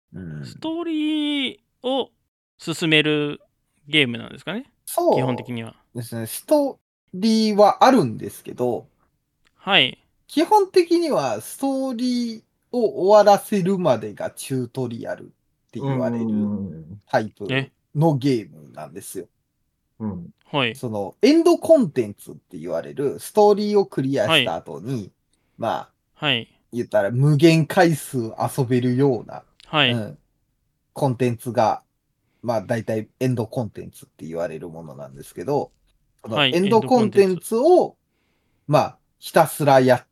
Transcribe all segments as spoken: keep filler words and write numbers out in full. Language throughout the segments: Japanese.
うん、 ストーリーを進めるゲームなんですかね、基本的には。 そうですね。ストーリーはあるんですけど、 はい。 基本的にはストーリーを終わらせるまでがチュートリアルってう言われるん。 タイプえ、 のゲームなんですよ。 うん。 はい。 そのエンドコンテンツって言われるストーリーをクリアしたはい。 後に、まあ、 はい。 言ったら無限回数遊べるような、 はい。 うん、コンテンツが、まあ大体エンドコンテンツって言われるものなんですけど、このはい。エンエンドドコンテンツ。 コンテンツを、まあ、ひたすらやって、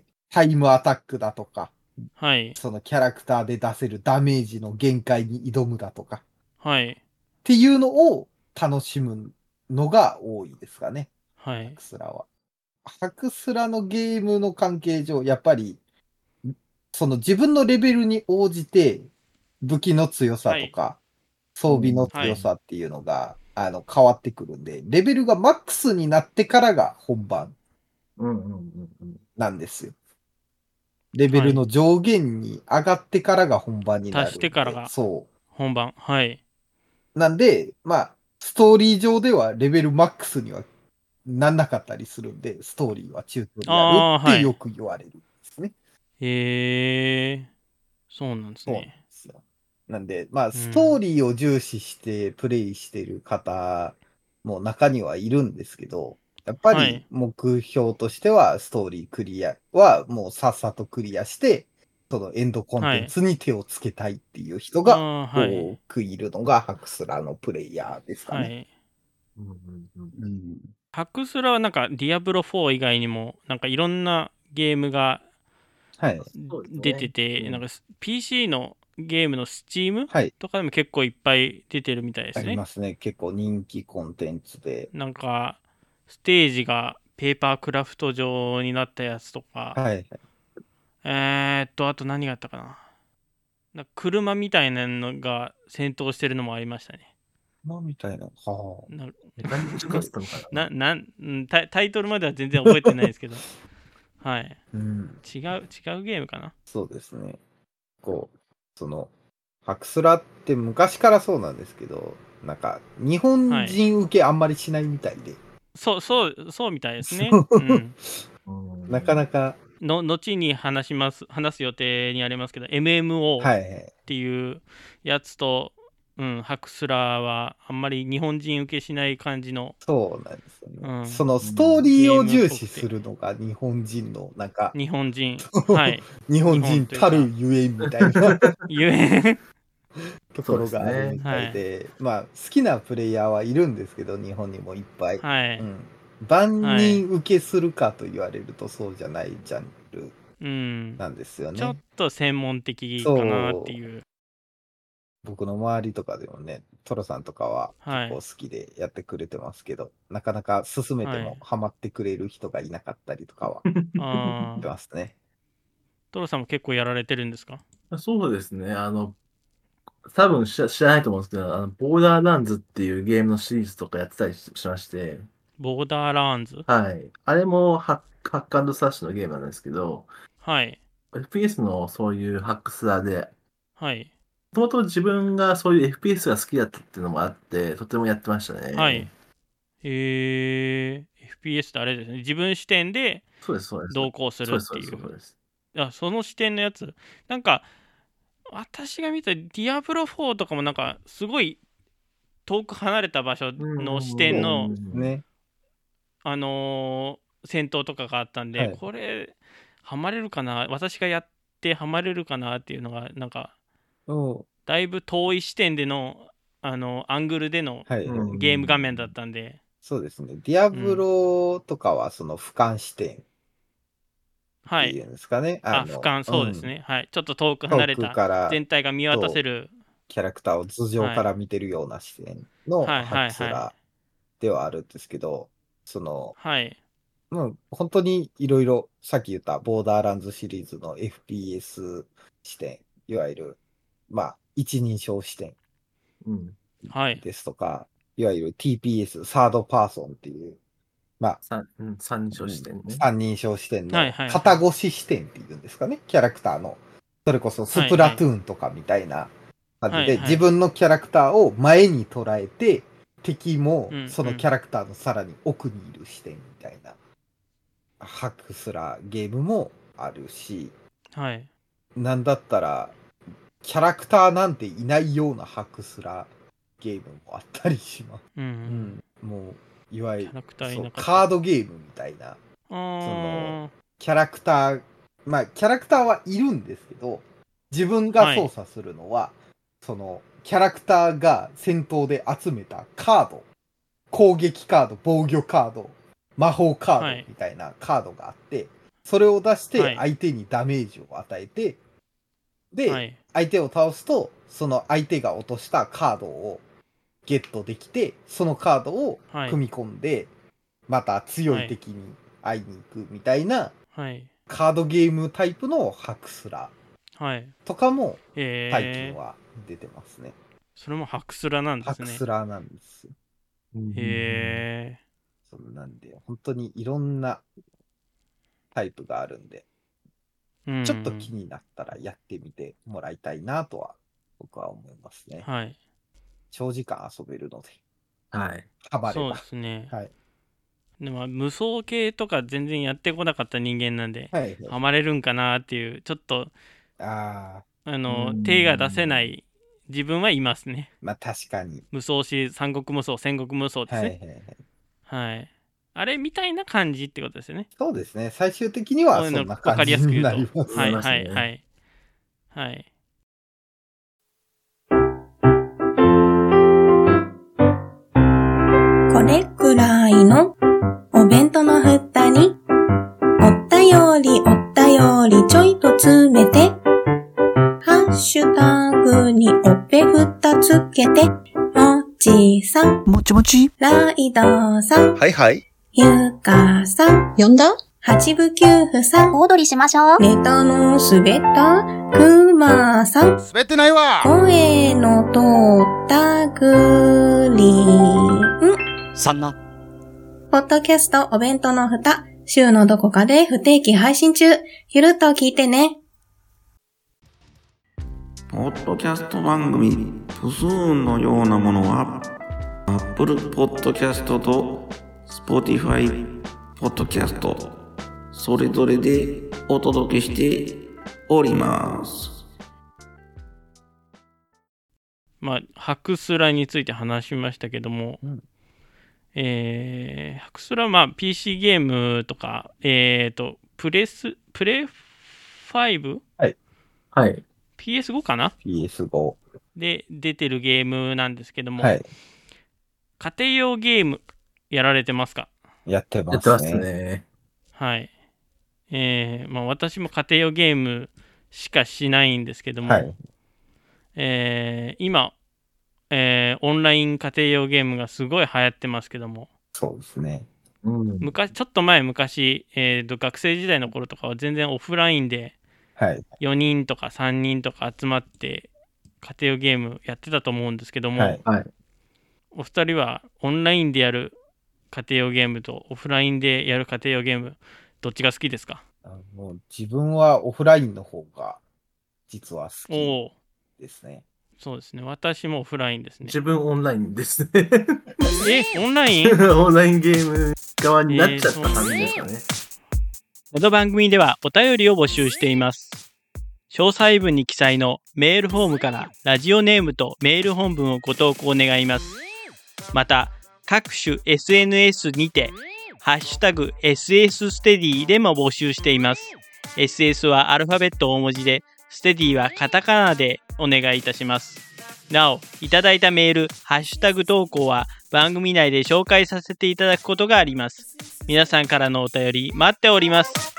タイムアタックだとか、 はい。 そのキャラクターで出せるダメージの限界に挑むだとか、 はい。 っていうのを楽しむのが多いですかね。ハはい。 クスラは。ハクスラのゲームの関係上、やっぱり、その自分のレベルに応じて、武器の強さはい。 とか、装備の強さっていうのが、あの、変わってくるんで、レベルがマックスになってからが本番うんうんうんうん。 なんですよ。レベはい。 ルの上限に上がってからが本番にな足しるんで、 てからがそ本番。はい。 う。なんで、まあ、ストーリー上ではレベルマックスにはなんなかったりするんで、ストーリーはチュートリアルああ、 ってはい。 よく言われるんですね。 へえ、そうなんですそうなんでね。 すよ。なんで、まあ、ストーうん。 リーを重視してプレイしてる方も中にはいるんですけど、やっぱりはい。 目標としてはストーリークリアはもうさっさとクリアして、そのエンドコンはい。 テンツに手をつけたいっていう人がああ、はい。 多くいるのがハクスラのプレイヤーですかね。 はい。 うんうんうん。 うん。 ハクスラはなんか、ディアブロフォー以外にも、なんかいろんなゲームがはい。 そうです出てね。 て、 うんなんか ピーシー のゲームの Steam はい。 とかでも結構いっぱい出てるみたいであすね。 りますね。結構人気コンテンツで。 なんか、ステージがペーパークラフト状になったやつとか、 はい。 えーっと、あと何があったかな。なんか車みたいなのが戦闘してるのもありましたね。 まあ、みたいな。はなメカニックカスタムかな。 ななんうんタイタイトルまでは全然覚えてないですけど、はい。 あ。うん。 違う、違うゲームかな。 そうですね。こう、その、ハクスラって昔からそうなんですけど、なんか、日本はい。 人受けあんまりしないみたいで。 そう、そう、そうみたいですそね。うう。 ん。 うんなかなか、 の、後に話します、話す予定にありますけど、エムエムオー っはいはい。 ていうやつと、うん、ハクスラはあんまり日本人受けしない感じの、 そうなんですよね。 うん、 そのストーうんリーゲーを重視ムっぽくて、 するのが日本人の、なんか、 日本人、はい。 日本日本人たるというか、 ゆえんみたいなゆえ、 とこそうでろがあるすね。 みたはい。 いで、まあ、好きなプレイヤーはいるんですけど、日本にもいっぱい。 はい。 うん。万はい。 人受けするかと言われるとそうじゃないジャンルうん。 なんですよちょっね。 と専門的かなってそう。 いう。 僕の周りとかでもね、トロさんとかは結はい。 構好きでやってくれてますけど、なかなか進めてはい。 もハマってくれる人がいなかったりとかはしああ、 ますね。 トロさんも結構やられてるんですか？ そうですね。あの、多分知ら知らないと思うんですけど、あの、ボーダーランズっていうゲームのシリーズとかやってたりししまして、 ボーダーランズ。 はい。あれもハック、ハックアンドスラッシュのゲームなんですけど、 はい。 エフピーエス のそういうハックスラーで、 はい。 もともと自分がそういう エフピーエス が好きだったっていうのもあって、とてもやってましたね。 はい。えー、エフピーエス ってあれですね。自分視点でそうです、そうです。 同行するそうです、そうです、 っていう。 そうです。 あ、その視点のやつ。なんか、私が見たディアブロフォーとかもなんか、すごい遠く離れた場所うんの視うんそうで点の、 うんうん。 すね。 あのー戦闘とかがあったんで、 はい。 これ、ハマれるかな私がやってハマれるかなっていうのが、なんか、 そだいぶ遠い視点での、あの、アングルでのう。はい。 うゲーム画面だっん。 たんで、 そうですね。ディアブうん。 ロとかはその俯瞰視点っていはい。 うんですかね。ああ、俯の、 瞰、 うん。 そうですね。はい。ちょっと遠く離遠くれたから全体が見渡せとる。 キャラクターを頭上はい。 から見てるような視点のはいハはいはい。 クスラではあるんですけど、その、 はい。 うん、本当にいろいろ、さっき言ったボーダーランズシリーズの エフピーエス 視点、いわゆる、まあ、一人称視点うん。 はい。 ですとか、いわゆる ティーピーエス、サードパーソンっていう、まあ、 三、うん、三人称うん、 視点ね。 三人称視点はいのはいはい。 肩越し視点っていうんですかね、キャラクターのそれこそスプラトゥーンとかみたいな感じで、 はいはい自分のキャラクターを前に捉えて、敵もうんうんそのキャラクターのさらに奥にいる視点みたいな、ハクスラゲームもあるし、 はい。 なんだったら、キャラクターなんていないようなハクスラゲームもあったりします。 うんうん。 うん、もう、いわゆるキャラクターいそうなかった。 カードゲームみたいな、 あーキャラクター、まあ、キャラクターはいるんですけど、自分が操作するのは、その、キャラクターが戦闘で集めたカード、攻撃カード、防御カード、魔法カはいードみたいなカードがあって、それを出しはいて相手にダメージを与えて、で、 はい。 相手を倒すと、その相手が落としたカードをゲットできて、そのカードをはい組み込んで、また強い敵に会いに行くみたいな、 はい。 カードゲームタイプのハクスラはい。 とかもえ最近ー、 は出てますね。 それもハクスラなんですねハクス。ラなんですよ。 へそうなんで、本当にいろんなタイプがあるんで、 ー。うん。 ちょっと気になったらやってみてもらいたいなとは僕は思いますね。 はい。 長時間遊べるので、 はい。 そうハマれば。 ですね。 はい。 でも無双系とか全然やってこなかった人間なんで、 はい。 ハマれるんかなっていう、ちょっと、 ああ、 あのう、ん手が出せない自分はいますね。 まあ確かに。 無双し、三国無双、戦国無双ですはいね。 はいはい。 はい。あれみたいな感じってことですよね。 そうですね。最終的にはそんなわか感じにりやすく言うと。 なります。 はい思いますねはいはい。はい。 これくらいのお弁当の蓋におったよりおったよりちょいと詰めてハッシュタグにおっぺふたつけてもちさん、 もちもち。 ライドさん、 はいはい。 ゆかさん、 呼んだ八部九夫さん、 小躍りしましょう。 ネタの滑ったくまさん、 滑ってないわ。 声の通ったグリーン。 そんな。 ポッドキャストお弁当の蓋、週のどこかで不定期配信中。ゆるっと聞いてね。 ポッドキャスト番組、プスーンのようなものは、Apple Podcast と Spotify Podcast、それぞれでお届けしております。 まあ、ハクスラについて話しましたけども、 うんえー、ハクスラはまあ ピーシー ゲームとか、えーと、プレス、プレファイブ? はい。 ピーエスファイブ かなピーエスファイブ。 で出てるゲームなんですけども、 はい。 家庭用ゲームやられてますか？ やってまやってますすね。 ね。 はい。えー、まあ私も家庭用ゲームしかしないんですけども、 はい。 えー今、えーオンライン家庭用ゲームがすごい流行ってますけども、 そうですね。 うん。 昔ちょっと前昔、えーと学生時代の頃とかは全然オフラインではい。 よにんとかさんにんとか集まって家庭用ゲームやってたと思うんですけども、 はい。 はい。 お二人はオンラインでやる家庭用ゲームとオフラインでやる家庭用ゲームどっちが好きですか？ あの自分はオフラインの方が実は好おきお、 ですね。 そうですね。私もオフラインですね。 自分オンラインですね。 え、オンライン？ オンラインゲーム側になっちゃった感じですかね。 この番組ではお便りを募集しています。詳細文に記載のメールフォームからラジオネームとメール本文をご投稿願います。また、各種 エスエヌエス にて、ハッシュタグ エスエス ステディでも募集しています。エスエス はアルファベット大文字で、ステディはカタカナでお願いいたします。なお、いただいたメール、ハッシュタグ投稿は番組内で紹介させていただくことがあります。皆さんからのお便り待っております。